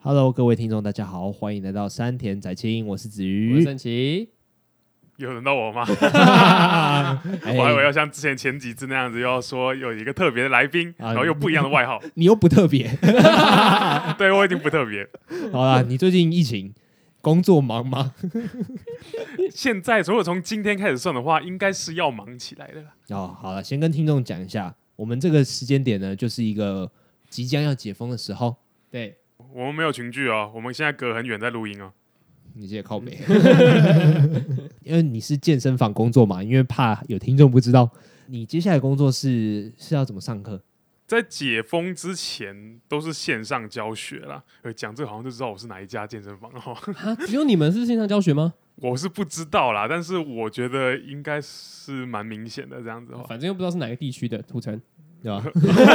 Hello， 各位听众，大家好，欢迎来到山田仔清，我是子瑜， 我是盛奇。 有轮到我吗？ 哎我还以为要像之前前几次那样子，又要说有一个特别的来宾，然后又不一样的外号。 你又不特别。 对我已经不特别。 好啦，你最近疫情工作忙吗？ 现在如果从今天开始算的话，应该是要忙起来的啦。 哦，好了，先跟听众讲一下，我们这个时间点呢，就是一个即将要解封的时候。 对， 我们没有群聚哦，我们现在隔很远在录音哦。 你这也靠北，因为你是健身房工作嘛，因为怕有听众不知道，你接下来工作是要怎么上课？ 在解封之前都是线上教学啦。讲这个好像就知道我是哪一家健身房哦。 啊，只有你们是线上教学吗？ 我是不知道啦，但是我觉得应该是蛮明显的这样子的话。 反正又不知道是哪个地区的土城， 对吧？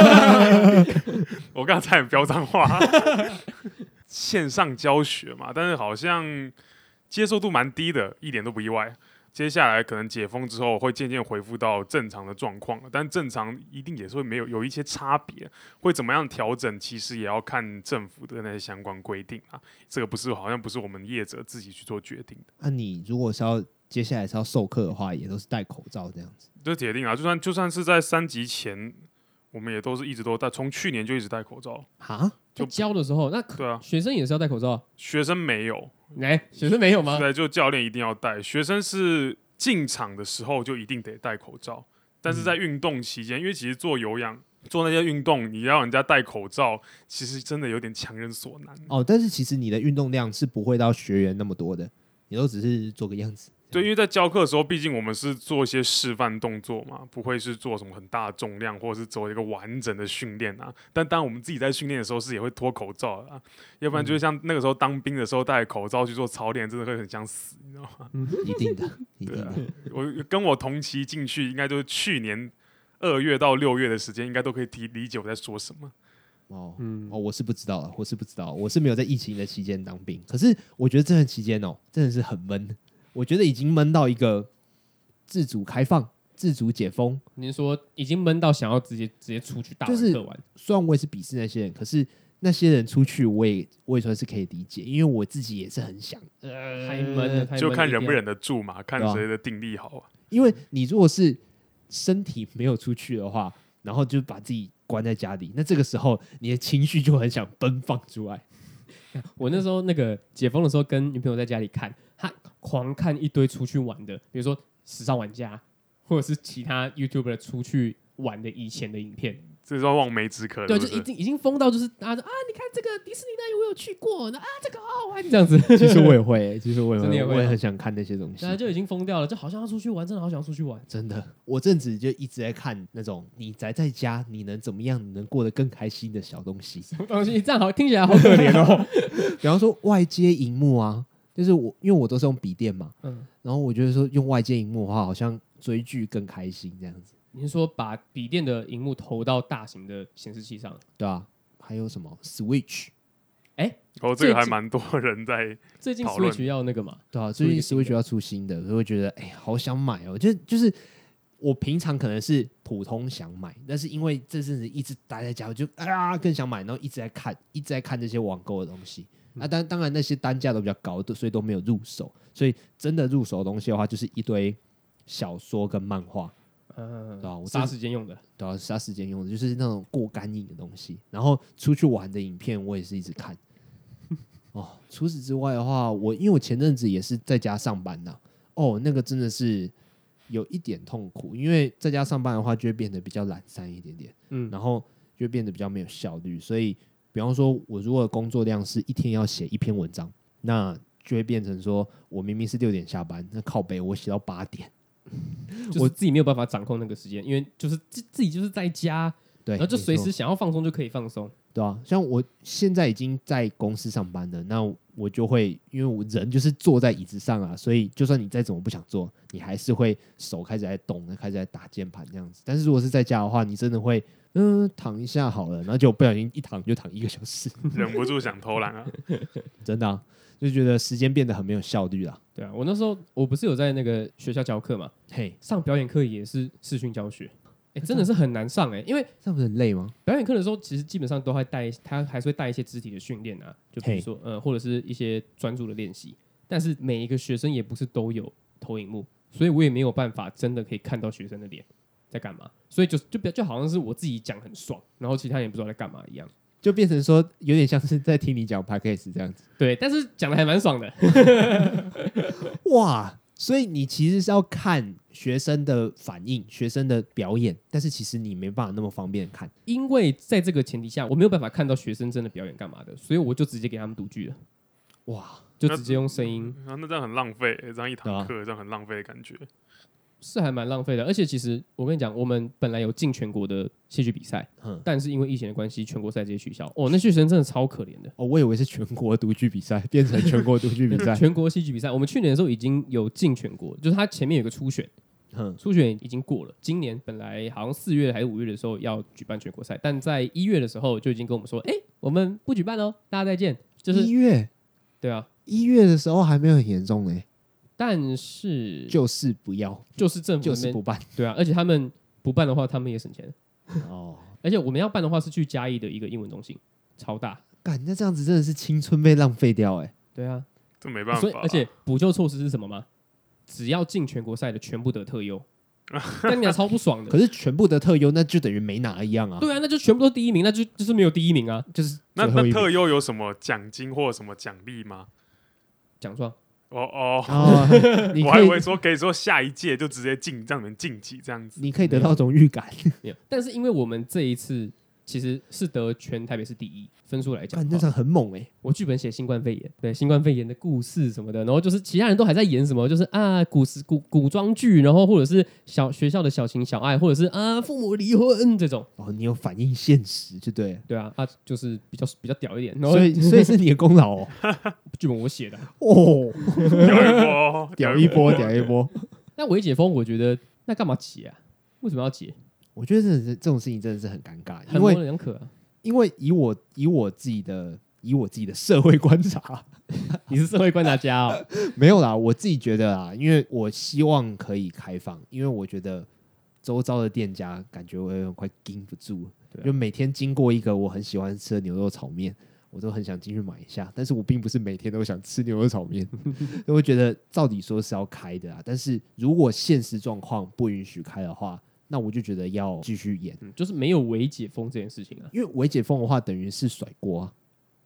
我刚才差点飙脏话。线上教学嘛，但是好像接受度蛮低的，一点都不意外。接下来可能解封之后会渐渐恢复到正常的状况了，但正常一定也是会有一些差别，会怎么样调整，其实也要看政府的那些相关规定啊。这个好像不是我们业者自己去做决定的。 那你如果是接下来是要授课的话，也都是戴口罩这样子。 这铁定啊，就算是在3级前，我们也都是一直都戴，从去年就一直戴口罩。 哈， 在教的时候，那对啊， 学生也是要戴口罩啊。 学生没有， 学生没有吗？ 对，就教练一定要戴，学生是进场的时候就一定得戴口罩，但是在运动期间，因为其实做有氧、做那些运动，你要人家戴口罩，其实真的有点强人所难。 哦，但是其实你的运动量是不会到学员那么多的，你都只是做个样子。 对，因为在教课的时候，毕竟我们是做一些示范动作嘛，不会是做什么很大的重量，或者是走一个完整的训练啊。但当我们自己在训练的时候，是也会脱口罩的啊，要不然就是像那个时候当兵的时候戴口罩去做操练，真的会很想死，你知道吗？ 一定的，一定的。 我跟我同期进去，应该就是去年2月到6月的时间，应该都可以理解我在说什么。 我是不知道了，我是没有在疫情的期间当兵。可是我觉得这段期间真的是很闷，我觉得已经闷到一个自主开放、自主解封。 您说已经闷到想要直接出去大玩特玩？ 虽然我也是鄙视那些人，可是那些人出去我也算是可以理解，因为我自己也是很想。 太闷了， 就看忍不忍得住嘛，看谁的定力好啊。 因为你如果是身体没有出去的话，然后就把自己关在家里，那这个时候你的情绪就很想奔放出来。 我那时候那个解封的时候，跟女朋友在家里看，她狂看一堆出去玩的，比如说时尚玩家，或者是其他 YouTuber 出去玩的以前的影片。 这算望梅止渴， 对，就已经疯到就是大家说啊，你看这个迪士尼那里我有去过，啊这个好好玩这样子。 其实我也会， 真的也会我也很想看那些东西。 大家就已经疯掉了，就好像要出去玩，真的好想要出去玩。 真的，我这阵子就一直在看那种你宅在家，你能怎么样，你能过得更开心的小东西。 什么东西？这样好听起来好可怜哦。 比方说外接荧幕啊，就是因为我都是用笔电嘛，然后我觉得说用外接荧幕的话，好像追剧更开心这样子。 你是说把笔电的荧幕投到大型的显示器上？ 对啊，还有什么 Switch？ 这个还蛮多人在最近 Switch 要那个嘛？ 对啊，最近 Switch 要出新的，所以会觉得好想买哦。就是我平常可能是普通想买，但是因为这阵子一直待在家，我就更想买，然后一直在看这些网购的东西。当然那些单价都比较高，所以都没有入手。所以真的入手的东西的话，就是一堆小说跟漫画。对吧？ 杀时间用的， 对啊，杀时间用的，就是那种过干瘾的东西。然后出去玩的影片，我也是一直看。除此之外的话，因为我前阵子也是在家上班呐。那个真的是有一点痛苦，因为在家上班的话，就会变得比较懒散一点点，然后就会变得比较没有效率。所以，比方说，我如果工作量是一天要写1篇文章，那就会变成说我明明是6点下班，那靠北我写到8点。 我自己没有办法掌控那个时间，因为就是自己就是在家， 对， 然后就随时想要放松就可以放松， 对啊，像我现在已经在公司上班了，那我就会因为我人就是坐在椅子上啊，所以就算你再怎么不想做，你还是会手开始在动，开始在打键盘这样子。但是如果是在家的话，你真的会躺一下好了，然后就不小心一躺就躺1个小时， 忍不住想偷懒啊。 真的就觉得时间变得很没有效率啦。 对啊，我那时候我不是有在那个学校教课嘛，上表演课也是视讯教学。 真的是很难上因为这样不是很累吗？ 表演课的时候，其实基本上都会带，他还是会带一些肢体的训练啊，就比如说或者是一些专注的练习。但是每一个学生也不是都有投影幕，所以我也没有办法真的可以看到学生的脸在干嘛，所以就好像是我自己讲很爽，然后其他人也不知道在干嘛一样， 就变成说有点像是在听你讲 podcast 这样子。 对，但是讲的还蛮爽的。 哇！所以你其实是要看学生的反应、学生的表演，但是其实你没办法那么方便看， 因为在这个前提下，我没有办法看到学生真的表演干嘛的，所以我就直接给他们读剧了。 哇！ 就直接用声音， 那这样很浪费，这样一堂课这样很浪费的感觉。 是还蛮浪费的。而且其实我跟你讲，我们本来有进全国的戏剧比赛，但是因为疫情的关系，全国赛直接取消。那学生真的超可怜的。 我以为是全国读剧比赛变成全国读剧比赛。 全国戏剧比赛，我们去年的时候已经有进全国，就是它前面有个初选，初选已经过了。今年本来好像4月还是5月的时候要举办全国赛，但在1月的时候就已经跟我们说，我们不举办哦，大家再见。就是 1月， 对啊 ，1月的时候还没有很严重但是就是不要， 就是政府就是不办， 对啊，而且他们不办的话，他们也省钱哦。 而且我们要办的话是去嘉义的一个英文中心，超大。 干，那这样子真的是青春被浪费掉对啊， 这没办法。 所以而且补救措施是什么吗？只要进全国赛的全部得特优，但你俩超不爽的。 可是全部得特优，那就等于没拿一样啊。 对啊，那就全部都第一名，那就是没有第一名啊。 就是那特优有什么奖金或什么奖励吗？ 奖状。 你我还以为说可以说下一届就直接让你们晋级这样子， 你可以得到这种预感。 没有，但是因为我们这一次其实是得全台北市第一，分数来讲， 那场很猛我剧本写新冠肺炎，对新冠肺炎的故事什么的，然后就是其他人都还在演什么，就是古装剧，然后或者是学校的小情小爱，或者是父母离婚这种。 你有反映现实就对了。 对啊，就是比较屌一点。 所以是你的功劳哦。 剧本我写的屌一波。 那微解封，我觉得那干嘛解啊？为什么要解？ 我觉得这种事情真的是很尴尬， 很模棱两可啊。 因为以我自己的社会观察， 你是社会观察家哦？ 没有啦，我自己觉得啦，因为我希望可以开放，因为我觉得周遭的店家感觉我有点快盯不住，就每天经过一个我很喜欢吃的牛肉炒面，我都很想进去买一下，但是我并不是每天都想吃牛肉炒面，所以我觉得照理说是要开的啊，但是如果现实状况不允许开的话，那我就觉得要继续演， 就是没有微解封这件事情啊， 因为微解封的话等于是甩锅啊。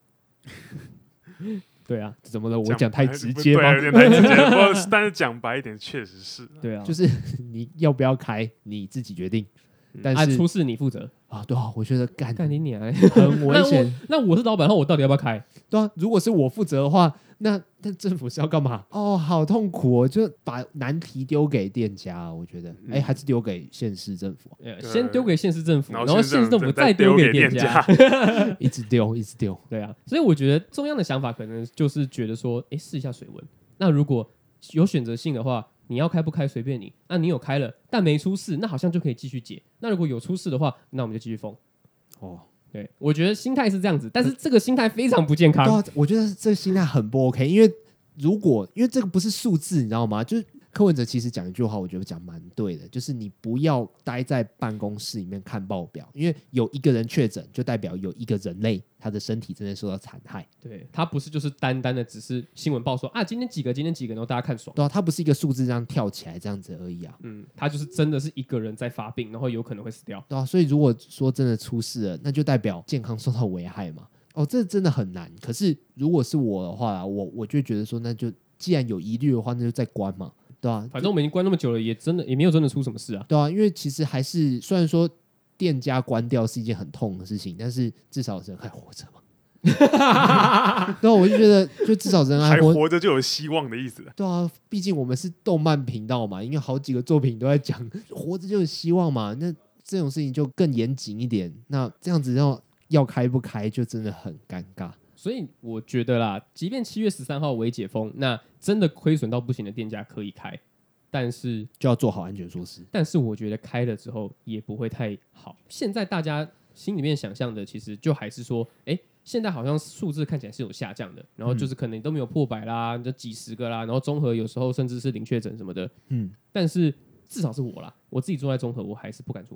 对啊， 怎么了？我讲太直接吗？ 对，有点太直接。不过，但是讲白一点，确实是。 对啊， 就是你要不要开，你自己决定。但是出事你负责啊，对啊，我觉得干你娘， 很危险。 那我是老板的话，我到底要不要开？ 对啊，如果是我负责的话，那政府是要干嘛？好痛苦哦，就把难题丢给店家，我觉得，还是丢给县市政府。 先丢给县市政府， 然后县市政府再丢给店家， 一直丢。 对啊，所以我觉得中央的想法可能就是觉得说，试一下水温。那如果有选择性的话，你要开不开随便你。那你有开了，但没出事，那好像就可以继续解。那如果有出事的话，那我们就继续封。对，我觉得心态是这样子，但是这个心态非常不健康。 对啊，我觉得这个心态很不 OK，因为这个不是数字，你知道吗？就是柯文哲其实讲一句话，我觉得讲蛮对的，就是你不要待在办公室里面看报表，因为有一个人确诊，就代表有一个人类他的身体正在受到残害。 对，他不是就是单单的只是新闻报说今天几个，然后大家看爽。 对啊，他不是一个数字这样跳起来这样子而已啊。 他就是真的是一个人在发病，然后有可能会死掉。 对啊，所以如果说真的出事了，那就代表健康受到危害嘛。这真的很难。可是如果是我的话，我就觉得说，那就既然有疑虑的话，那就再关嘛。对啊， 反正我们已经关那么久了，也没有真的出什么事啊。 对啊，因为其实还是虽然说店家关掉是一件很痛的事情，但是至少人还活着嘛。对啊，我就觉得就至少人还活着就有希望的意思。 对啊，毕竟我们是动漫频道嘛，因为好几个作品都在讲活着就有希望嘛。那这种事情就更严谨一点。那这样子要开不开就真的很尴尬。 所以我觉得啦，即便7月13号微解封，那真的亏损到不行的店家可以开，但是就要做好安全措施。 但是我觉得开了之后也不会太好。现在大家心里面想象的，其实就还是说，现在好像数字看起来是有下降的，然后就是可能都没有破100啦，就几十个啦，然后综合有时候甚至是零确诊什么的。但是至少是我啦，我自己住在综合，我还是不敢出门。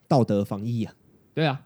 道德防疫啊。 对啊，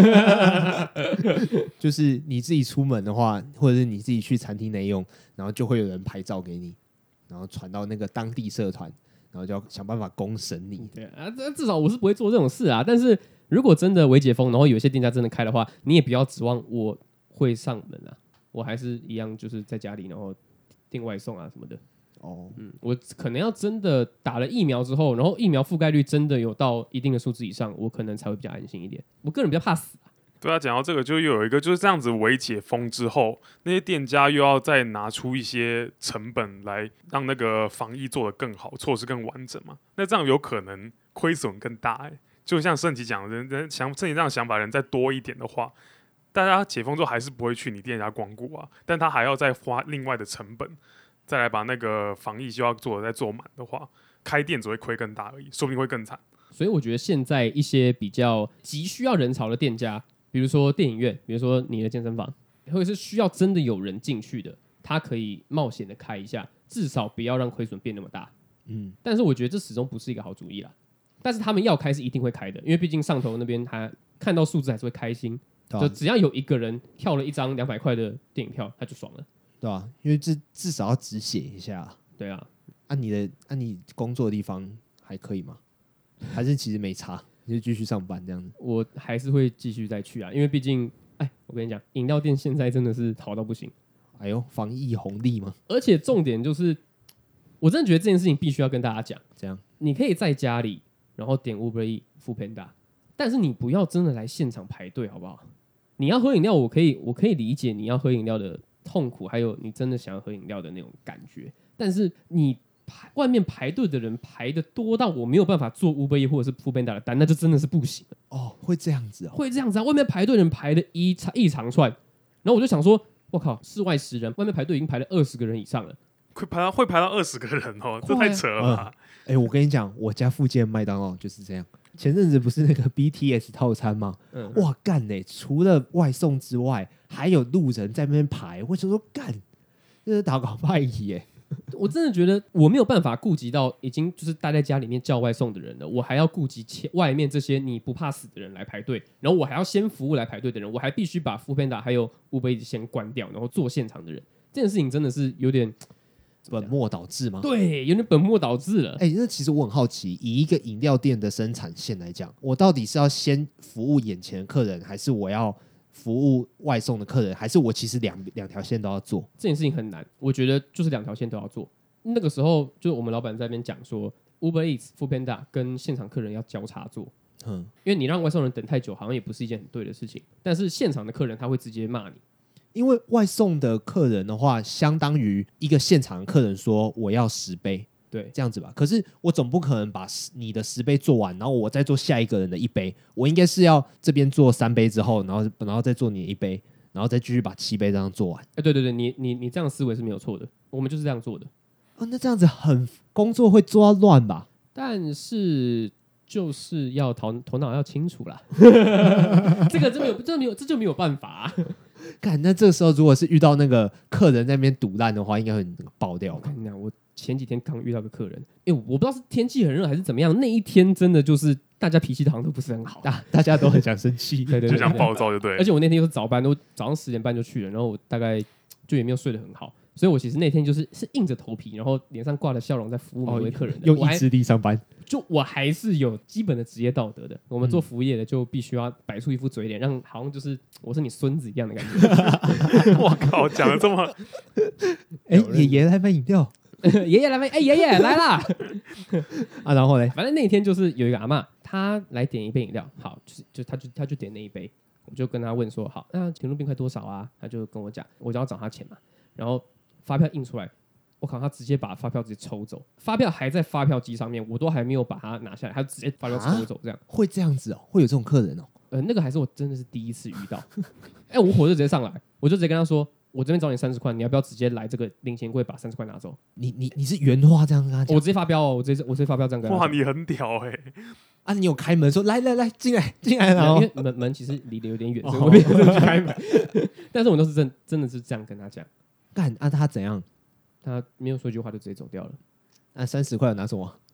就是你自己出门的话，或者是你自己去餐厅内用，然后就会有人拍照给你，然后传到那个当地社团，然后就要想办法公审你。 对啊，至少我是不会做这种事啊。但是如果真的微解封，然后有一些店家真的开的话，你也不要指望我会上门啊，我还是一样就是在家里，然后订外送啊什么的。 哦， 我可能要真的打了疫苗之后，然后疫苗覆盖率真的有到一定的数字以上，我可能才会比较安心一点。我个人比较怕死啊。 对啊，讲到这个，就又有一个就是这样子微解封之后，那些店家又要再拿出一些成本来让那个防疫做得更好，措施更完整嘛。那这样有可能亏损更大就像盛奇讲的，盛奇这样想法人再多一点的话，大家解封之后还是不会去你店家光顾啊，但他还要再花另外的成本，再来把那个防疫就要做的再做满的话，开店只会亏更大而已，说不定会更惨。 所以我觉得现在一些比较急需要人潮的店家，比如说电影院，比如说你的健身房，或者是需要真的有人进去的，他可以冒险的开一下，至少不要让亏损变那么大。但是我觉得这始终不是一个好主意啦。但是他们要开是一定会开的，因为毕竟上头那边他看到数字还是会开心，就只要有一个人跳了一张200块的电影票，他就爽了。 对吧？因为至少要止血一下。 对啊， 你工作的地方还可以吗？还是其实没差，你就继续上班这样子？ 我还是会继续再去啊，因为毕竟，我跟你讲，饮料店现在真的是好到不行。 哎呦，防疫红利嘛。 而且重点就是，我真的觉得这件事情必须要跟大家讲。 这样， 你可以在家里，然后点 Uber Eats、Foodpanda，但是你不要真的来现场排队，好不好？你要喝饮料，我可以理解你要喝饮料的痛苦，还有你真的想要喝饮料的那种感觉。但是你外面排队的人排的多到我没有办法做 Uber Eats 或者是 Foodpanda 的单，那就真的是不行了。 哦，会这样子哦， 会这样子啊！外面排队人排的一长串，然后我就想说，我靠，室外10人，外面排队已经排了20个人以上了， 会排到20个人哦，这太扯了吧！ 我跟你讲，我家附近的麦当劳就是这样。前阵子不是那个 BTS 套餐吗？哇干嘞！除了外送之外，还有路人在那边排。我想说干，这是打搞派仪耶！ 我真的觉得我没有办法顾及到已经就是待在家里面叫外送的人了，我还要顾及外面这些你不怕死的人来排队，然后我还要先服务来排队的人，我还必须把 Foodpanda 还有 Uber Eats 先关掉，然后做现场的人，这件事情真的是有点本末倒置吗？ 对，有点本末倒置了。 那其实我很好奇，以一个饮料店的生产线来讲，我到底是要先服务眼前的客人，还是我要服务外送的客人，还是我其实两条线都要做？ 这件事情很难，我觉得就是2条线都要做。那个时候就是我们老板在那边讲说 ，Uber Eats、Foodpanda 跟现场客人要交叉做。因为你让外送人等太久，好像也不是一件很对的事情。但是现场的客人他会直接骂你， 因为外送的客人的话，相当于一个现场的客人说我要10杯。 对， 这样子吧。可是我总不可能把你的10杯做完，然后我再做下一个人的1杯。我应该是要这边做3杯之后，然后再做你的1杯，然后再继续把7杯这样做完。 对，你这样的思维是没有错的，我们就是这样做的。 那这样子工作会做到乱吧？ 但是就是要头脑要清楚啦。这就没有办法啊。 干，那这个时候如果是遇到那个客人在那边赌烂的话，应该会爆掉吧？ 我跟你讲，我前几天刚遇到个客人，我不知道是天气很热还是怎么样，那一天真的就是大家脾气好像都不是很好， 大家都很想生气， 对， 就想暴躁，就对。 而且我那天又是早班，我早上10点半就去了，然后我大概就也没有睡得很好，所以我其实那天是硬着头皮，然后脸上挂着笑容在服务每位客人的， 用意志力上班。 就我还是有基本的职业道德的。我们做服务业的就必须要摆出一副嘴脸，让好像就是我是你孙子一样的感觉。 我靠，讲的这么…… 爷爷来买饮料， 爷爷来买，爷爷来啦！ 然后嘞， 反正那天就是有一个阿嬷，她来点一杯饮料，好，她就点那一杯，我就跟她问说，好，那甜露冰块多少啊？她就跟我讲，我就要找她钱嘛，然后发票印出来。我靠，他直接把发票直接抽走，发票还在发票机上面，我都还没有把它拿下来，他直接发票抽走，这样会这样子哦？会有这种客人哦？ 那个还是我真的是第一次遇到。我火就直接上来，我就直接跟他说，我这边找你30块，你要不要直接来这个零钱柜把30块拿走？ 你是原话这样跟他讲？ 我直接发飙哦，我直接发票这样跟他讲。 哇，你很屌你有开门说来进来然后因为门其实离得有点远，所以我没有真的去开门。但是我都是真的是这样跟他讲。 干他怎样？ 他没有说一句话就直接走掉了。 那30块拿什么？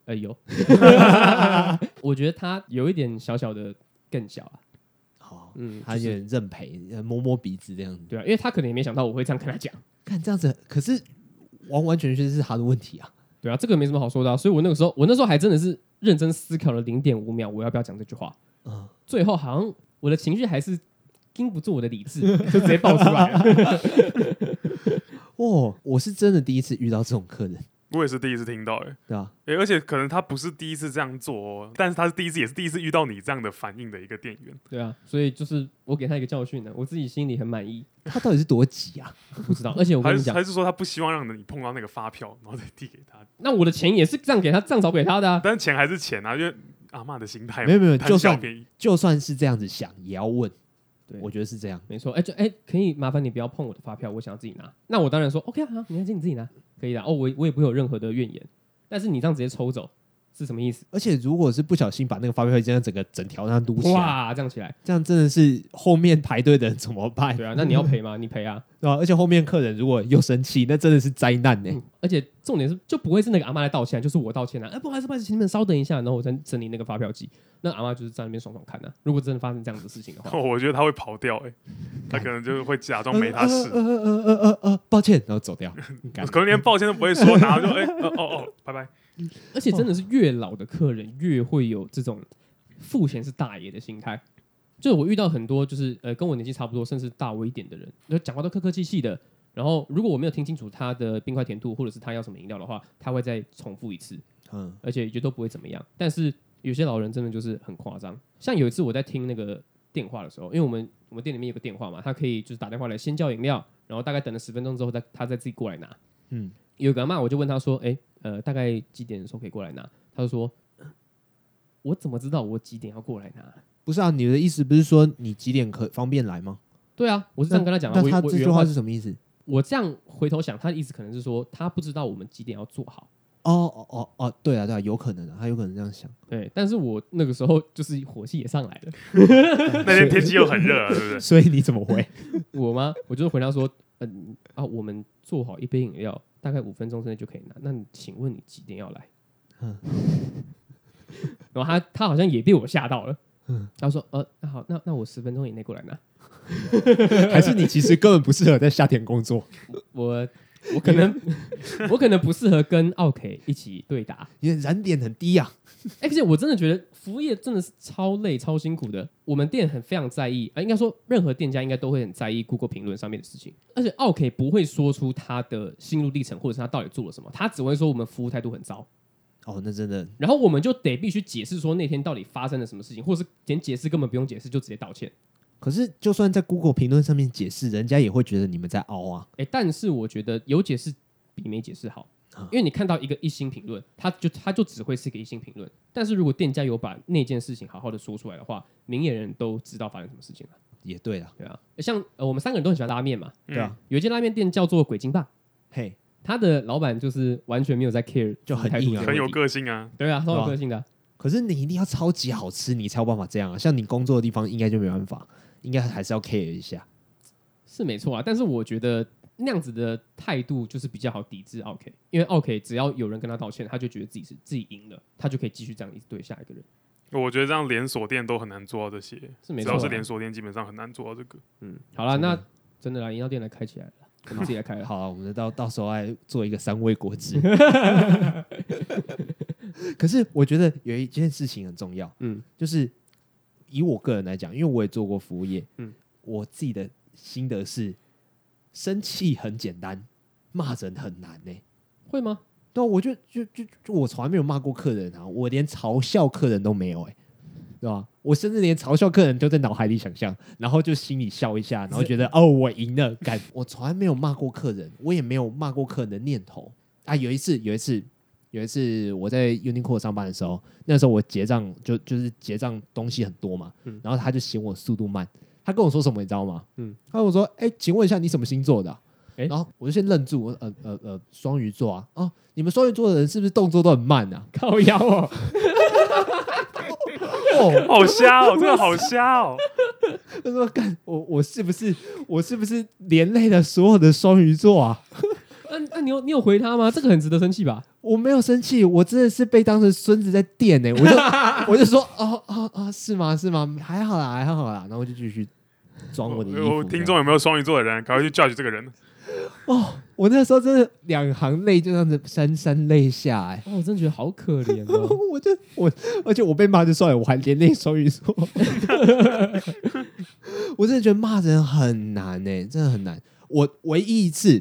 有，我觉得他有一点小小的更小啊。 好， 嗯， 他有点认赔，摸摸鼻子这样子。 对啊，因为他可能也没想到我会这样跟他讲。 看这样子，可是完完全全是他的问题啊。 对啊，这个没什么好说的啊。所以我那时候还真的是认真思考了0.5秒，我要不要讲这句话。最后好像我的情绪还是经不住我的理智，就直接爆出来了。 哦，我是真的第一次遇到这种客人。 我也是第一次听到， 对啊， 而且可能他不是第一次这样做哦，但是他是也是第一次遇到你这样的反应的一个店员。 对啊，所以就是我给他一个教训呢，我自己心里很满意。 他到底是多急啊？ 不知道，而且我跟你讲， 还是说他不希望让你碰到那个发票，然后再递给他？ 那我的钱也是这样给他，这样找给他的啊。 但是钱还是钱啊，因为阿嬷的心态没有， 贪小便宜就算是这样子想，也要问。 对， 我觉得是这样， 没错。可以麻烦你不要碰我的发票，我想要自己拿。那我当然说 OK 啊，你自己拿，可以的。我也不会有任何的怨言。但是你这样直接抽走是什么意思？ 而且如果是不小心把那个发票这样整条让它撸起来， 哇，这样起来， 这样真的是后面排队的人怎么办？ 对啊，那你要赔吗？你赔啊， 对吧？而且后面客人如果又生气，那真的是灾难呢。 而且重点是，就不会是那个阿嬷来道歉，就是我道歉啊。不好意思，请你们稍等一下，然后我再整理那个发票机。那阿嬷就是在那边爽爽看啊。如果真的发生这样的事情的话， 我觉得他会跑掉，他可能就会假装没他事， 抱歉，然后走掉， 可能连抱歉都不会说，然后就拜拜。 而且真的是越老的客人越会有这种付钱是大爷的心态。就是我遇到很多就是跟我年纪差不多，甚至大我一点的人，就讲话都客客气气的。然后如果我没有听清楚他的冰块甜度，或者是他要什么饮料的话，他会再重复一次，而且也都不会怎么样。但是有些老人真的就是很夸张。像有一次我在听那个电话的时候，因为我们店里面有个电话嘛，他可以就是打电话来先叫饮料，然后大概等了10分钟之后，他再自己过来拿。有个阿嬷我就问他说，大概几点的时候可以过来拿？他就说，我怎么知道我几点要过来拿？ 不是啊，你的意思不是说你几点方便来吗？ 对啊，我是这样跟他讲的。 那他这句话是什么意思？ 我这样回头想，他的意思可能是说，他不知道我们几点要做好。 对啊，有可能啊，他有可能这样想。 对，但是我那个时候就是火气也上来了。 那天天气又很热，对不对？ 所以你怎么回？ 我吗？我就回答说，我们做好一杯饮料，大概5分钟之内就可以拿。那你请问你几点要来？然后他好像也被我吓到了。他说，那好，那我10分钟以内过来拿。 还是你其实根本不适合在夏天工作？ 我可能不适合跟奥 K 一起对打， 因为燃点很低啊。 而且我真的觉得服务业真的是超累、超辛苦的。我们店非常在意，应该说任何店家应该都会很在意 Google 评论上面的事情。而且奥 K 不会说出他的心路历程，或者是他到底做了什么，他只会说我们服务态度很糟。 那真的。 然后我们就得必须解释说那天到底发生了什么事情，或者是连解释根本不用解释，就直接道歉。 可是就算在 Google 评论上面解释，人家也会觉得你们在凹啊。 但是我觉得有解释比没解释好。因为你看到一个1星评论，他就只会是一个1星评论。但是如果店家有把那件事情好好的说出来的话，明眼人都知道发生什么事情了。 也对啊， 对啊。像我们3个人都很喜欢拉面嘛， 对啊。 有一间拉面店叫做鬼金棒， 嘿， 他的老板就是完全没有在 care， 就很硬啊， 很有个性啊。 对啊，超有个性的。 可是你一定要超级好吃，你才有办法这样啊。像你工作的地方，应该就没办法，应该还是要 care 一下。 是没错啊，但是我觉得那样子的态度就是比较好抵制 OK， 因为 OK 只要有人跟他道歉，他就觉得自己赢了，他就可以继续这样一直对下一个人。 我觉得这样连锁店都很难做到这些， 是没错啊， 只要是连锁店基本上很难做到这个。 好了，那真的啦，饮料店来开起来了，我们自己来开了。 好，我们到时候来做一个3味果汁。可是我觉得有一件事情很重要，就是以我个人来讲，因为我也做过服务业，我自己的心得是，生气很简单，骂人很难呢。 会吗？ 对，我就我从来没有骂过客人啊，我连嘲笑客人都没有对吧？我甚至连嘲笑客人都在脑海里想象，然后就心里笑一下，然后觉得我赢了，干！我从来没有骂过客人，我也没有骂过客人的念头啊。有一次我在 Uniqlo 上班的时候，那时候我结账就是结账东西很多嘛，然后他就嫌我速度慢，他跟我说什么你知道吗？他跟我说，请问一下你什么星座的啊？然后我就先愣住，双鱼座啊，你们双鱼座的人是不是动作都很慢啊？ 靠腰哦。 好瞎哦，真的好瞎哦！ 他说：“干我是不是连累了所有的双鱼座啊？” 那你有回他吗？这个很值得生气吧？ 我没有生气，我真的是被当成孙子在电呢、我就说是吗？还好啦，然后我就继续装我的衣服。 听众有没有双鱼座的人，赶快去 judge 这个人。 我那时候真的两行泪就这样子潸潸泪下哎、 我真的觉得好可怜哦。 而且我被骂就算了，我还连累双鱼座。我真的觉得骂人很难真的很难。我唯一一次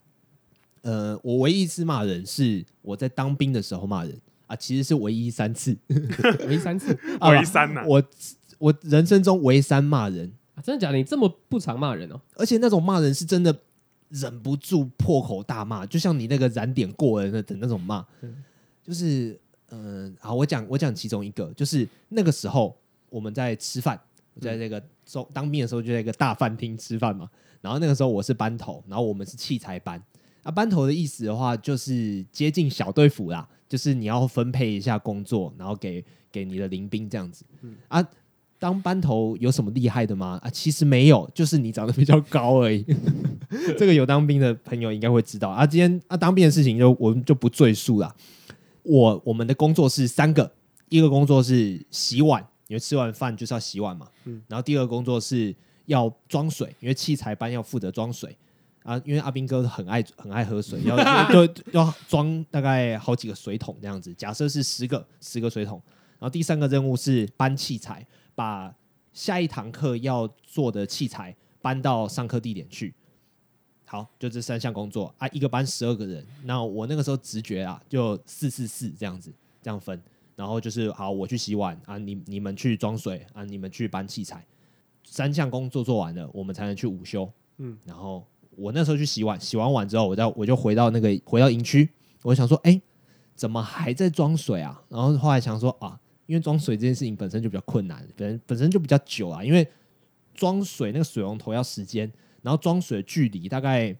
骂人是我在当兵的时候骂人啊，其实是唯一3次， 唯一3次， 唯一3呐。 我人生中唯3骂人啊，真的假的？你这么不常骂人哦？ 而且那种骂人是真的忍不住破口大骂，就像你那个燃点过了的那种骂，就是好，我讲其中一个，就是那个时候我们在吃饭，我在这个当兵的时候就在一个大饭厅吃饭嘛，然后那个时候我是班头，然后我们是器材班。班头的意思的话，就是接近小队服啦，就是你要分配一下工作，然后给你的邻兵这样子。当班头有什么厉害的吗？其实没有，就是你长得比较高而已。这个有当兵的朋友应该会知道。今天当兵的事情我们就不赘述了。我们的工作是3个，一个工作是洗碗，因为吃完饭就是要洗碗嘛。然后第二个工作是要装水，因为器材班要负责装水。因为阿兵哥很爱喝水，要装大概好几个水桶这样子。假设是10个水桶，然后第3个任务是搬器材，把下一堂课要做的器材搬到上课地点去。好，就这3项工作一个班12个人。那我那个时候直觉就444这样子，这样分。然后就是好，我去洗碗你们去装水你们去搬器材。3项工作做完了，我们才能去午休。然后我那时候去洗碗，洗完碗之后，我就回到营区，我就想说，怎么还在装水啊？然后后来想说因为装水这件事情本身就比较困难，本身就比较久啊，因为装水那个水龙头要时间，然后装水的距离大概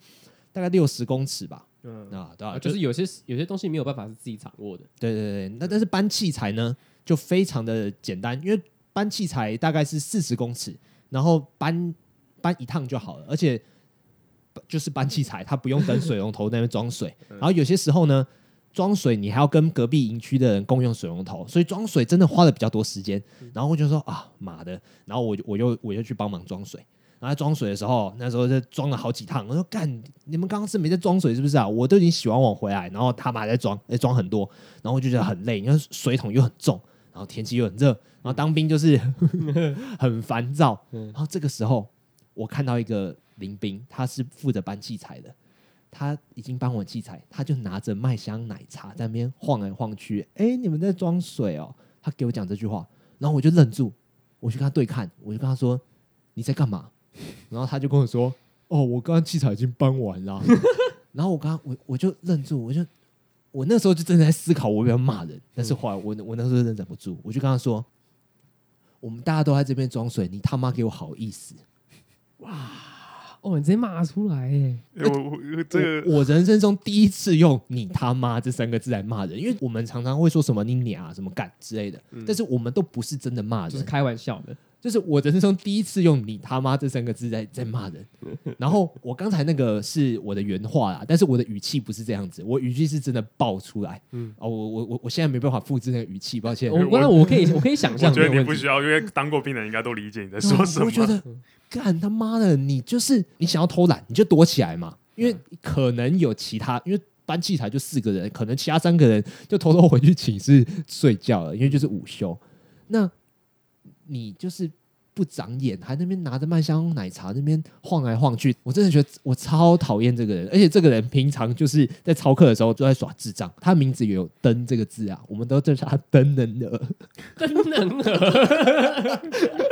60公尺吧。对吧？ 就是有些东西没有办法是自己掌握的。 对，那但是搬器材呢，就非常的简单，因为搬器材大概是40公尺，然后搬一趟就好了，而且就是搬器材，它不用等水龙头那边装水。然后有些时候呢，装水你还要跟隔壁营区的人共用水龙头，所以装水真的花了比较多时间。然后我就说妈的，然后我就去帮忙装水。然后在装水的时候，那时候就装了好几趟。我说干，你们刚刚是没在装水是不是啊？我都已经洗完碗回来，然后他们还在装，装很多，然后我就觉得很累，因为水桶又很重，然后天气又很热，然后当兵就是很烦躁。然后这个时候，我看到一个邻兵，他是负责搬器材的，他已经搬完器材，他就拿着麦香奶茶在那边晃来晃去。你们在装水哦？他给我讲这句话，然后我就愣住，我去跟他对看，我就跟他说：“你在干嘛？”然后他就跟我说：“我刚刚器材已经搬完了。”然后我就愣住，我那时候就正在思考我要不要骂人，但是后来我那时候真的忍不住，我就跟他说：“我们大家都在这边装水，你他妈给我好意思！” 哇！你直接骂出来我人生中第一次用“你他妈”这3个字来骂人，因为我们常常会说什么“你娘”、什么“干”之类的，但是我们都不是真的骂人， 就是开玩笑的。 就是我人生中第一次用“你他妈”这3个字在骂人。然后我刚才那个是我的原话啦，但是我的语气不是这样子，我语气是真的爆出来。我现在没办法复制那个语气，抱歉。 我可以想象， 我觉得你不需要，因为当过兵的人应该都理解你在说什么。 我觉得干他妈的，你就是你想要偷懒，你就躲起来嘛，因为可能有其他，因为搬器材就4个人，可能其他3个人就偷偷回去寝室睡觉了，因为就是午休。那你就是不长眼，还那边拿着麦香奶茶那边晃来晃去，我真的觉得我超讨厌这个人。而且这个人平常就是在操课的时候就在耍智障，他名字也有“灯”这个字啊，我们都叫他“灯能儿”。 灯能儿，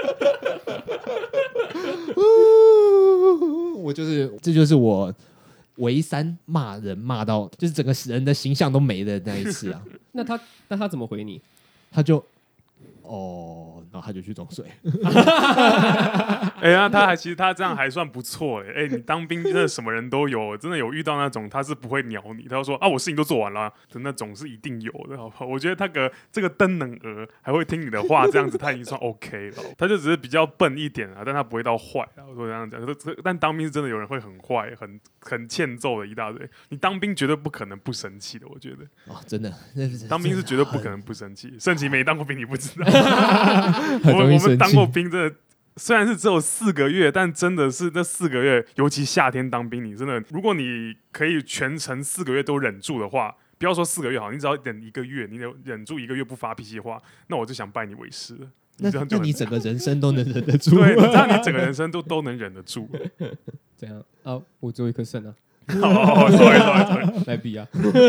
这就是我唯3骂人骂到就是整个人的形象都没的那一次啊。 那他怎么回你？ 他就哦，然后他就去装水。 哎呀，其实他这样还算不错哎。你当兵真的什么人都有，真的有遇到那种他是不会鸟你，他就说啊我事情都做完了的那种是一定有的，好不好？我觉得这个灯能儿还会听你的话，这样子他已经算 OK 了。他就只是比较笨一点啊，但他不会到坏啊。我说这样讲，但当兵是真的有人会很坏、很欠揍的一大堆。你当兵绝对不可能不生气的，我觉得。 哦，真的， 当兵是绝对不可能不生气。盛奇没当过兵，你不知道。我很容易生气们当过兵，真的虽然是只有4个月，但真的是那4个月，尤其夏天当兵，你真的，如果你可以全程4个月都忍住的话，不要说4个月好，你只要忍1个月，你忍住1个月不发脾气的话，那我就想拜你为师了。 那你整个人生都能忍得住？ 对，这样你整个人生都能忍得住。 这样啊，我只有1颗肾啊。 sorry 来比啊。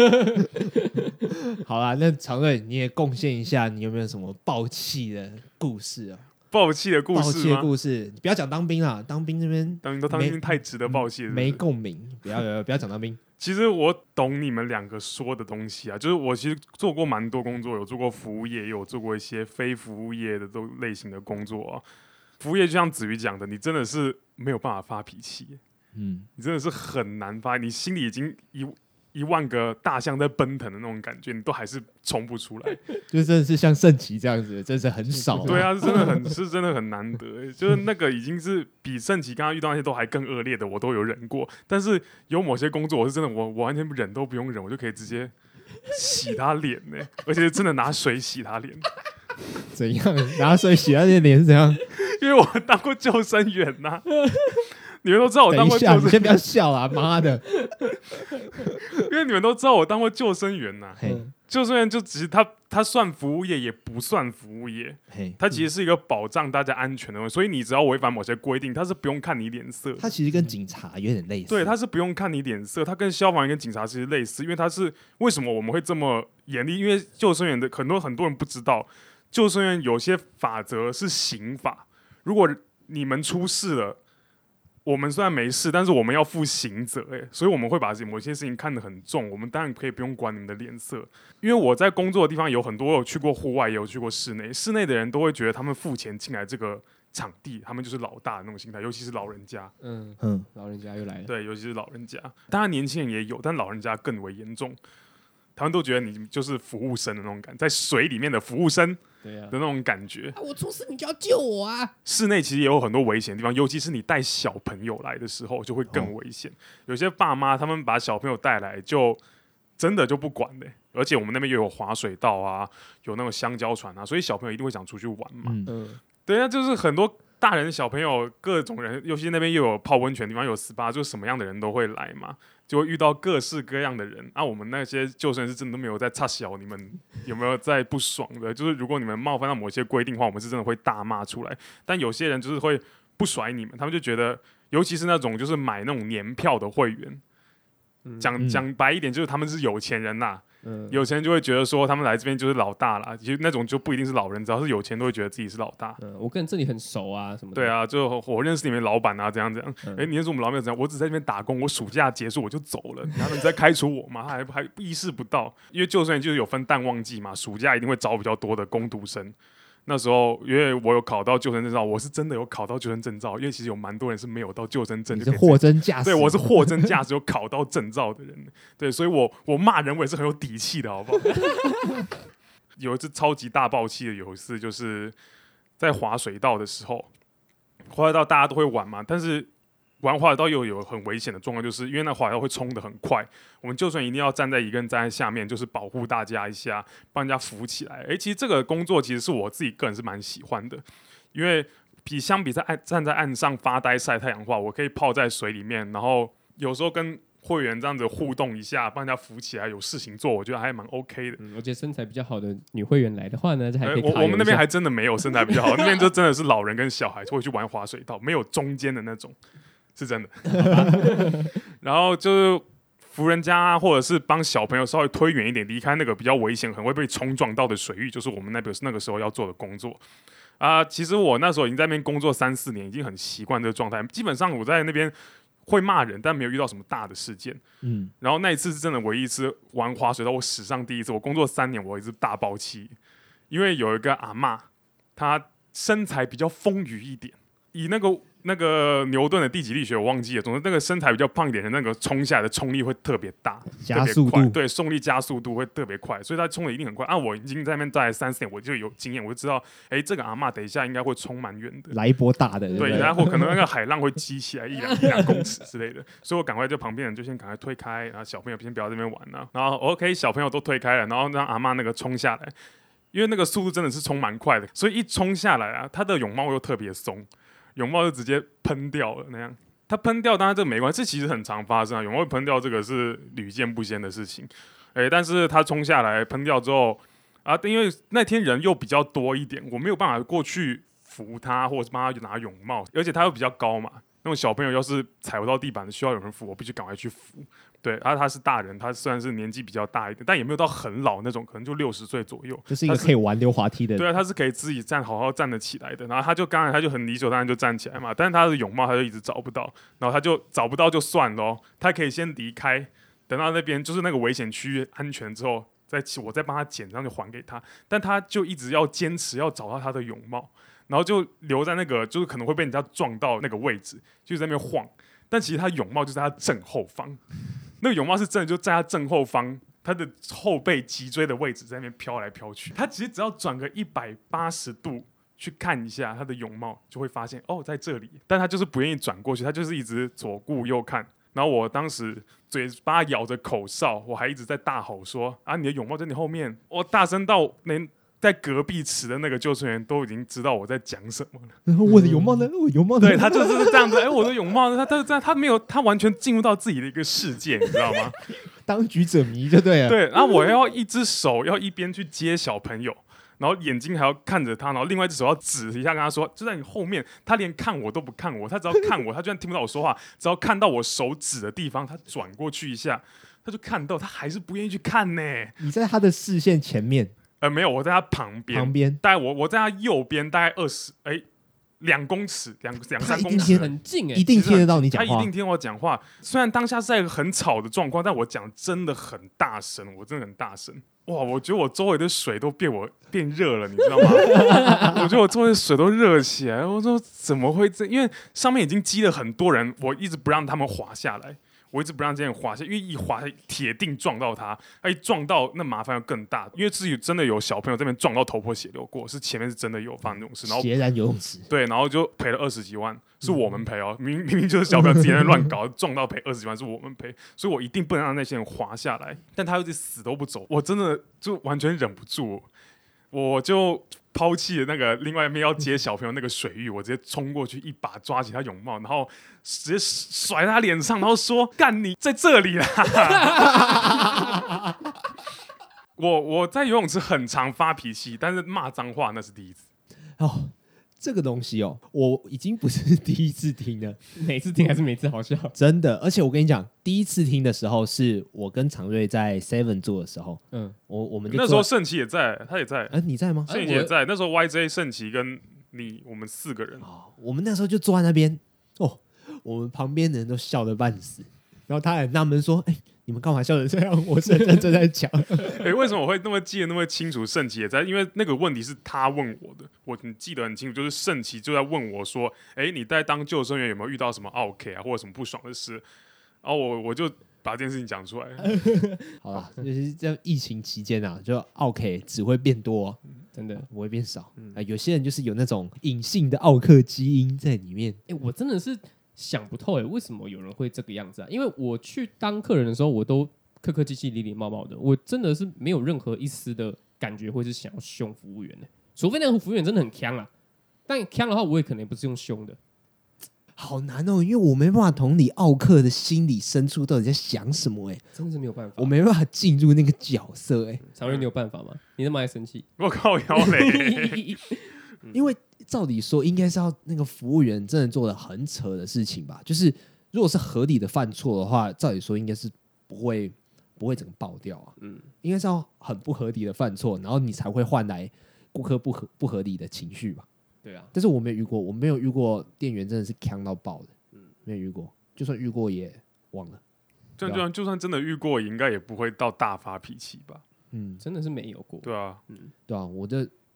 好啦，那常瑞你也贡献一下，你有没有什么爆气的故事啊？ 爆气的故爆气的事吗？ 故事，你不要讲当兵啦，当兵那边当兵太值得爆气了， 没共鸣，不要讲当兵。 其实我懂你们2个说的东西啊，就是我其实做过蛮多工作，有做过服务业，也有做过一些非服务业的类型的工作啊。服务业就像子瑜讲的，你真的是没有办法发脾气，你真的是很难发，你心里已经一万个大象在奔腾的那种感觉，你都还是冲不出来。 就真的是像圣骑这样子，真是很少。 对啊，是真的很难得。就是那个已经是比圣骑刚刚遇到那些都还更恶劣的，我都有忍过。但是有某些工作，我是真的我完全忍都不用忍，我就可以直接洗他脸呢，而且真的拿水洗他脸。 怎样拿水洗他的脸是怎样？ 因为我当过救生员呐、你们都知道我当过救生员， 你先不要笑啊！妈的， 因为你们都知道我当过救生员呐、救生员就只是他算服务业也不算服务业，它其实是一个保障大家安全的东西，所以你只要违反某些规定，他是不用看你脸色。 他其实跟警察有点类似， 对，他是不用看你脸色，他跟消防员跟警察其实类似，因为他是为什么我们会这么严厉？因为救生员的很多人不知道，救生员有些法则是刑法，如果你们出事了。我们虽然没事，但是我们要负刑责，所以我们会把某些事情看得很重。我们当然可以不用管你们的脸色，因为我在工作的地方有很多，有去过户外，也有去过室内。室内的人都会觉得他们付钱进来这个场地，他们就是老大的那种心态，尤其是老人家。 老人家又来了。 对，尤其是老人家，当然年轻人也有，但老人家更为严重。他们都觉得你就是服务生的那种感觉，在水里面的服务生的那种感觉。 我出事你就要救我啊！ 室内其实也有很多危险的地方，尤其是你带小朋友来的时候，就会更危险。有些爸妈他们把小朋友带来，就真的就不管的。而且我们那边又有滑水道啊，有那种香蕉船啊，所以小朋友一定会想出去玩嘛。对啊，就是很多大人小朋友各种人，尤其那边又有泡温泉的地方，有 SPA， 就什么样的人都会来嘛。就会遇到各式各样的人啊！我们那些救生员是真的都没有在插小，你们有没有在不爽的？就是如果你们冒犯到某些规定的话，我们是真的会大骂出来。但有些人就是会不甩你们，他们就觉得，尤其是那种就是买那种年票的会员，讲白一点，就是他们是有钱人呐、有钱人就会觉得说他们来这边就是老大啦，其实那种就不一定是老人，只要是有钱都会觉得自己是老大。 我跟这里很熟啊，什么的。 对啊，就我认识你们老板啊，怎样怎样。你认识我们老板怎样？我只在这边打工，我暑假结束我就走了，他们在开除我嘛？还意识不到，因为救生员就是有分淡旺季嘛，暑假一定会招比较多的工读生。那时候，因为我有考到救生证照，我是真的有考到救生证照，因为其实有蛮多人是没有到救生证， 你是货真价实。 对，我是货真价实有考到证照的人。对，所以我骂人我也是很有底气的，好不好？有一次超级大爆气的，有一次就是在滑水道的时候，滑水道大家都会玩嘛，但是玩滑水道又有很危险的状况，就是因为那滑水道会冲得很快，我们救生员一定要站在一个人站在下面，就是保护大家一下，帮人家扶起来。其实这个工作其实是我自己个人是蛮喜欢的，因为相比站在岸上发呆晒太阳的话，我可以泡在水里面，然后有时候跟会员这样子互动一下，帮人家扶起来，有事情做，我觉得还蛮 OK 的。 而且身材比较好的女会员来的话呢，还可以我们那边还真的没有身材比较好，那边就真的是老人跟小孩会去玩滑水道，没有中间的那种。是真的，然后就是扶人家啊，或者是帮小朋友稍微推远一点，离开那个比较危险、很会被冲撞到的水域，就是我们那个时候要做的工作啊。其实我那时候已经在那边工作3-4年，已经很习惯这个状态。基本上我在那边会骂人，但没有遇到什么大的事件。然后那一次是真的唯一一次玩滑水道，我史上第一次。我工作3年，我一直大爆气。 因为有一个阿嬷，她身材比较丰腴一点，以那个牛顿的第几力学我忘记了，总之那个身材比较胖一点的那个冲下来的冲力会特别大， 加速度特别快，对，重力加速度会特别快，所以他冲的一定很快啊！我已经在那边待3、4年，我就有经验，我就知道，这个阿嬷等一下应该会冲蛮远的， 来一波大的， 对， 不然后可能那个海浪会激起来一两公尺之类的，所以我赶快就旁边人就先赶快推开，然后小朋友先不要在这边玩了，然后 OK 小朋友都推开了，然后让阿嬷那个冲下来，因为那个速度真的是冲蛮快的，所以一冲下来啊，他的泳帽又特别松。泳帽就直接喷掉了，那样它喷掉，当然这个没关系，这其实很常发生啊。泳帽喷掉这个是屡见不鲜的事情，但是它冲下来喷掉之后啊，因为那天人又比较多一点，我没有办法过去扶他，或者是帮他拿泳帽，而且他又比较高嘛，那种小朋友要是踩不到地板的，需要有人扶，我必须赶快去扶。对，他是大人，他虽然是年纪比较大一点，但也没有到很老那种，可能就60岁左右， 就是一个可以玩溜滑梯的。 对啊，他是可以自己好好站得起来的。然后他就很理所当然就站起来嘛，但是他的泳帽他就一直找不到，然后他就找不到就算了哦，他可以先离开，等到那边就是那个危险区域安全之后，我再帮他捡上就还给他。但他就一直要坚持要找到他的泳帽，然后就留在那个就是可能会被人家撞到那个位置，就在那边晃。但其实他泳帽就在他正后方。那个泳帽是真的就在他正后方，他的后背脊椎的位置在那边飘来飘去。他其实只要转个180度去看一下他的泳帽，就会发现哦在这里。但他就是不愿意转过去，他就是一直左顾右看。然后我当时嘴巴咬着口哨，我还一直在大吼说：“啊，你的泳帽在你后面！”我大声到连在隔壁池的那个救生员都已经知道我在讲什么了。 然后我的泳帽呢？我泳帽呢？ 对，他就是这样子。我的泳帽呢？他没有，他完全进入到自己的一个世界，你知道吗？ 当局者迷就对了。 对，然后我要一只手要一边去接小朋友，然后眼睛还要看着他，然后另外一只手要指一下跟他说，就在你后面。他连看我都不看我，他只要看我，他就算听不到我说话，只要看到我手指的地方，他转过去一下，他就看到，他还是不愿意去看呢。 你在他的视线前面。 没有，我在他旁边，大概我在他右边，大概2公尺，两三公尺， 很近一定听得到你讲话。 他一定听我讲话。虽然当下是在一个很吵的状况，但我讲真的很大声，我真的很大声。哇，我觉得我周围的水都变热了，你知道吗？我觉得我周围的水都热起来。我说怎么会这？因为上面已经积了很多人，我一直不让他们滑下来。我一直不让这件滑下，因为一滑铁定撞到他，他一撞到那麻烦要更大，因为自己真的有小朋友这边撞到头破血流过，是前面是真的有发生这种事，然后血染游泳池， 对，然后就赔了20几万，是我们赔哦，明明就是小朋友自己在那乱搞，撞到赔20几万是我们赔，所以我一定不能让那些人滑下来，但他又是死都不走，我真的就完全忍不住，我就抛弃了那个另外一边要接小朋友那个水域，我直接冲过去，一把抓起他泳帽，然后直接甩在他脸上，然后说：“干你在这里啦！”我在游泳池很常发脾气，但是骂脏话那是第一次。 哦，这个东西哦，我已经不是第一次听了， 每次听还是每次好笑， 真的。而且我跟你讲，第一次听的时候是我跟常瑞在 Seven 做的时候，我们就那时候盛奇也在，他也在， 你在吗？ 盛奇也在。那时候 YJ 盛奇跟我们4个人， 我们那时候就坐在那边，我们旁边的人都笑得半死，然后他很纳闷说：“你们干嘛笑成这样？我是认真在讲。” 为什么我会那么记得那么清楚？盛奇也在，因为那个问题是他问我的，我记得很清楚，就是盛奇就在问我说：“你在当救生员有没有遇到什么 OK 啊，或者什么不爽的事？”然后我就把这件事情讲出来。 好了，就是在疫情期间啊，就 OK 只会变多， 真的不会变少。有些人就是有那种隐性的奥克基因在里面。 我真的是想不透为什么有人会这个样子啊？因为我去当客人的时候，我都客客气气、礼礼貌貌的，我真的是没有任何一丝的感觉会是想要凶服务员的，除非那个服务员真的很呛啦。但呛的话，我也可能不是用凶的。 好难哦，因为我没办法同理奥克的心理深处到底在想什么。 真的是没有办法， 我没办法进入那个角色。 常瑞，你有办法吗？你那么爱生气， 我靠腰嘞！ 因为照理说应该是要那个服务员真的做的很扯的事情吧，就是如果是合理的犯错的话，照理说应该是不会整个爆掉啊。应该是要很不合理的犯错，然后你才会换来顾客不合理的情绪吧。 对啊， 但是我没有遇过店员真的是呛到爆的。没有遇过，就算遇过也忘了。 就算真的遇过，应该也不会到大发脾气吧？ 真的是没有过。 对啊， 对啊，我的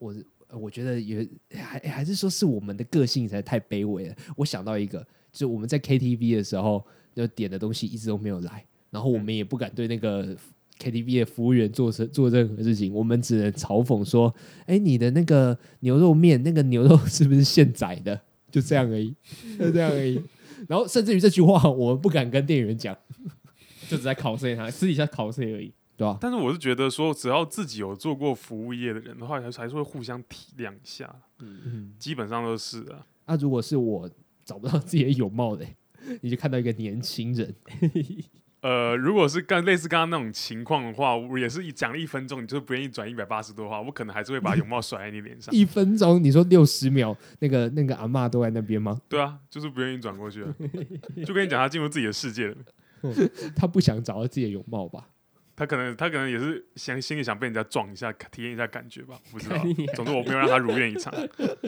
我觉得还是说是我们的个性实在太卑微了。我想到一个，就是我们在 KTV 的时候，就点的东西一直都没有来，然后我们也不敢对那个 KTV 的服务员做任何事情，我们只能嘲讽说：“哎，你的那个牛肉面，那个牛肉是不是现宰的？”就这样而已，就这样而已。然后甚至于这句话，我们不敢跟店员讲， 就只在考试他，私底下考试而已。 对吧？ 但是我是觉得说，只要自己有做过服务业的人的话，还是会互相体谅一下。基本上都是啊。 那如果是我找不到自己的泳帽的，你就看到一个年轻人， 如果是类似刚刚那种情况的话，我也是奖励1分钟，你就是不愿意转180度的话，我可能还是会把泳帽甩在你脸上。 1分钟，你说60秒，那个阿嬷都在那边吗？ 对啊，就是不愿意转过去啊。就跟你讲，他进入自己的世界了。 他不想找到自己的泳帽吧？ 他可能也是心里想被人家撞一下，体验一下感觉吧，不知道。总之我没有让他如愿以偿。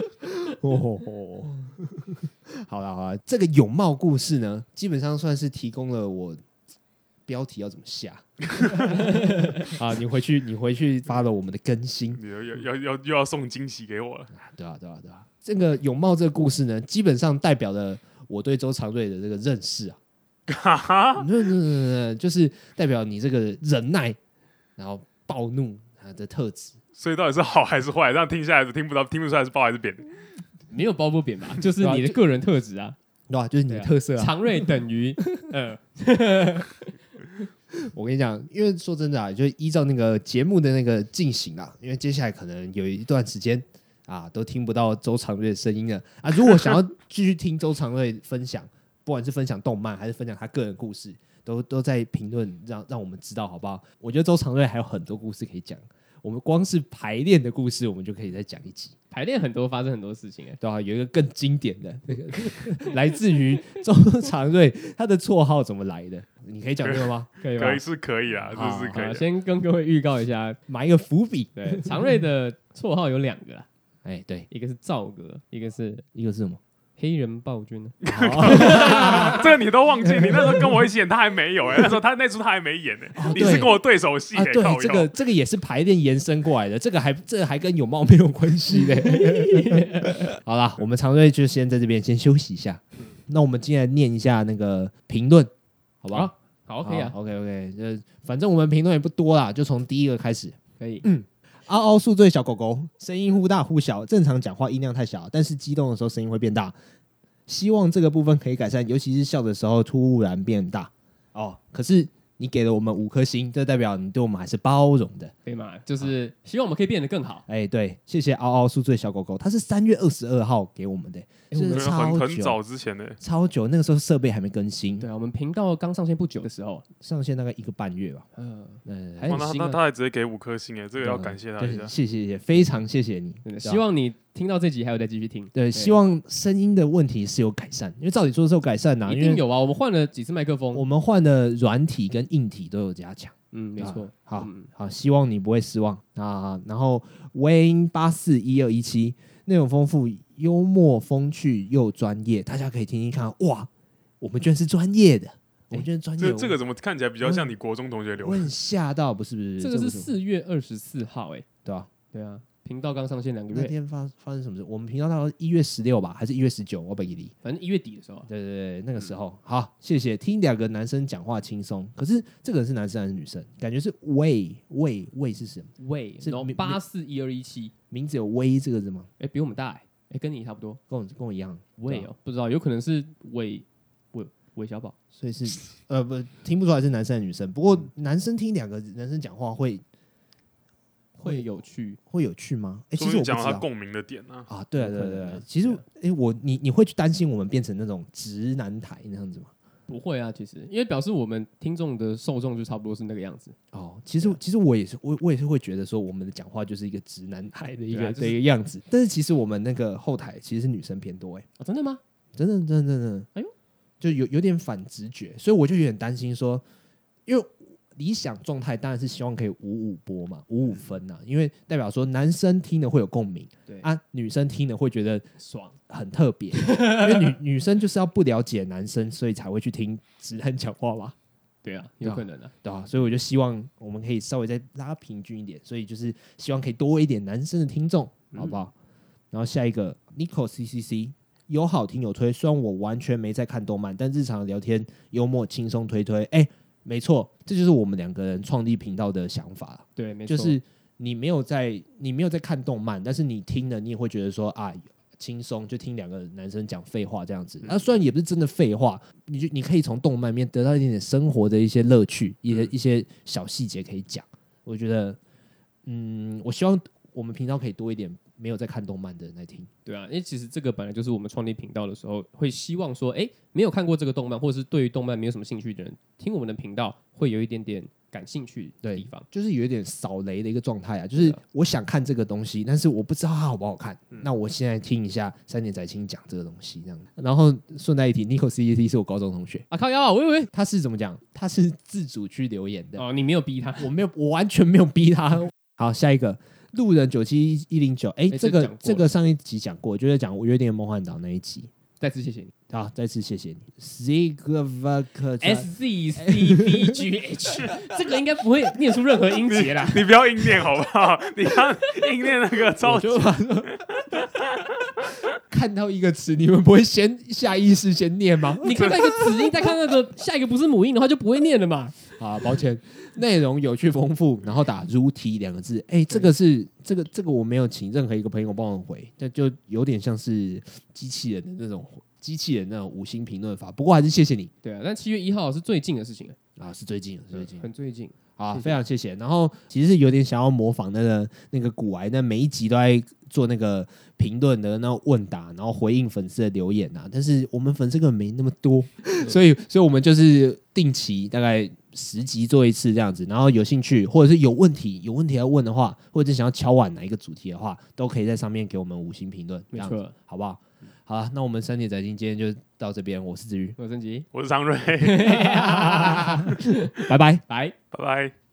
好了，这个泳帽故事呢，基本上算是提供了我标题要怎么下。啊，你回去发了我们的更新， 又要送惊喜给我了。 对啊。这个泳帽这个故事呢，基本上代表了我对周长瑞的这个认识啊。就是代表你这个忍耐，然后暴怒的特质。 所以到底是好还是坏？这样听下来听不出来是褒还是贬？ 没有褒不贬吧，就是你的个人特质啊， 对吧？就是你的特色啊。 常瑞等于我跟你讲，因为说真的啊，就依照那个节目的那个进行啊，因为接下来可能有一段时间啊，都听不到周长瑞的声音了啊。如果想要继续听周长瑞分享，不管是分享动漫还是分享他个人故事，都在评论让我们知道好不好？我觉得周长瑞还有很多故事可以讲，我们光是排练的故事，我们就可以再讲一集。 排练发生很多事情对啊，有一个更经典的那个来自于周长瑞，他的绰号怎么来的？你可以讲这个吗？ 可以吧？ 是可以啊，这是可以。 先跟各位预告一下， 埋一个伏笔。 对，常瑞的绰号有2个啦， 哎，对， 一个是赵哥，一个是什么？ 黑人暴君。 这个你都忘记，你那时候跟我一起演，他还没有那时候他还没演你是跟我对手戏对，这个也是排练延伸过来的，这个还跟泳帽没有关系嘞。好啦，我们常瑞就先在这边先休息一下。那我们今天来念一下那个评论，好不好？ 好，可以啊。 OK，反正我们评论也不多啦，就从第一个开始。 可以。 嗷嗷宿醉小狗狗，声音忽大忽小，正常讲话音量太小，但是激动的时候声音会变大。希望这个部分可以改善，尤其是笑的时候突然变大。可是你给了我们5颗星，这代表你对我们还是包容的， 对嘛？就是希望我们可以变得更好。 对，谢谢嗷嗷宿醉小狗狗，他是3月22号给我们的，是很早之前的， 超久，那个时候设备还没更新。 对啊，我们频道刚上线不久的时候， 上线大概1个半月吧。 还很新啊。 他还直接给5颗星这个要感谢他一下。 谢谢，非常谢谢你。 希望你听到这集还有再继续听。 对，希望声音的问题是有改善，因为照理说是有改善啊， 一定有啊。我们换了几次麦克风， 我们换的软体跟硬体都有加强。 没错。 好，希望你不会失望啊。然后 Wayne841217内容丰富、幽默、风趣又专业，大家可以听听看。哇，我们居然是专业的，我们居然专业。 这个怎么看起来比较像你国中同学留言？ 我很吓到，不是？ 这个是4月24号， 对啊， 对啊。频道刚上线2个月， 那天发生什么事？我们频道到1月16吧，还是1月19？我不记得， 反正1月底的时候。 对，那个时候。好，谢谢。听2个男生讲话轻松，可是这个人是男生还是女生？感觉是魏是什么？ 魏是841217， 名字有魏这个字吗？ 比我们大跟你差不多， 跟我一样。 魏不知道，有可能是韦小宝， 所以是不听不出来是男生还是女生。不过男生听2个男生讲话会有趣， 会有趣吗？其实我讲他共鸣的点啊。 对。其实你会去担心我们变成那种直男台那样子吗？ 不会啊，其实因为表示我们听众的受众就差不多是那个样子。 其实我也是会觉得说我们的讲话就是一个直男台的一个样子，但是其实我们那个后台其实是女生偏多真的吗？ 真的，哎呦，就有点反直觉，所以我就有点担心说，因为理想状态当然是希望可以5-5播嘛，5-5分啊，因为代表说男生听了会有共鸣， 对啊，女生听了会觉得爽， 很特别，因为女生就是要不了解男生，所以才会去听直男讲话嘛。 对啊，有可能啊， 对啊，所以我就希望我们可以稍微再拉平均一点，所以就是希望可以多一点男生的听众好不好？然后下一个 Nico CCC 有好听有推，虽然我完全没在看动漫，但日常聊天幽默轻松推推，没错，这就是我们2个人创立频道的想法。 对，没错， 就是你没有在看动漫，但是你听了，你也会觉得说啊，轻松，就听2个男生讲废话这样子。虽然也不是真的废话，你可以从动漫里面得到一点点生活的一些乐趣，一些小细节可以讲。我觉得，我希望我们频道可以多一点没有在看动漫的人来听。 对啊，因为其实这个本来就是我们创立频道的时候，会希望说，没有看过这个动漫，或者是对于动漫没有什么兴趣的人，听我们的频道会有一点点感兴趣的地方， 就是有一点扫雷的一个状态啊。就是我想看这个东西，但是我不知道它好不好看。那我现在听一下3年仔青讲这个东西，这样。然后顺带一提 ，Nico CCT 是我高中同学啊，靠腰啊，我以为他是怎么讲？他是自主去留言的哦，你没有逼他， 我完全没有逼他。好，下一个。路人97109，这个上一集讲过，就是讲《约定的梦幻岛》那一集。 再次谢谢你， 好，再次谢谢你。 SZCBGH， 这个应该不会念出任何音节啦。 你不要硬念好不好？你刚硬念那个超级。 看到一个词，你们不会先下意识先念吗？ 你看到一个子音，再看那个下一个不是母音的话，就不会念了嘛。 好，抱歉，内容有趣丰富，然后打 RUT 2个字。这个是这个我没有请任何一个朋友帮我回，这就有点像是机器人的那种5星评论法。不过还是谢谢你。 对啊，但7月1号是最近的事情啊，是最近， 很最近。 好，非常谢谢。然后其实是有点想要模仿那个古癌，那每一集都在做那个评论的那问答，然后回应粉丝的留言啊。但是我们粉丝根本没那么多，所以我们就是定期大概10集做一次这样子。然后有兴趣或者是有问题要问的话，或者是想要敲碗哪一个主题的话，都可以在上面给我们5星评论， 没错， 好不好？好了，那我们3年仔今天就到这边。我是子瑜， 我是曾吉， 我是常瑞， 拜拜， 拜拜拜。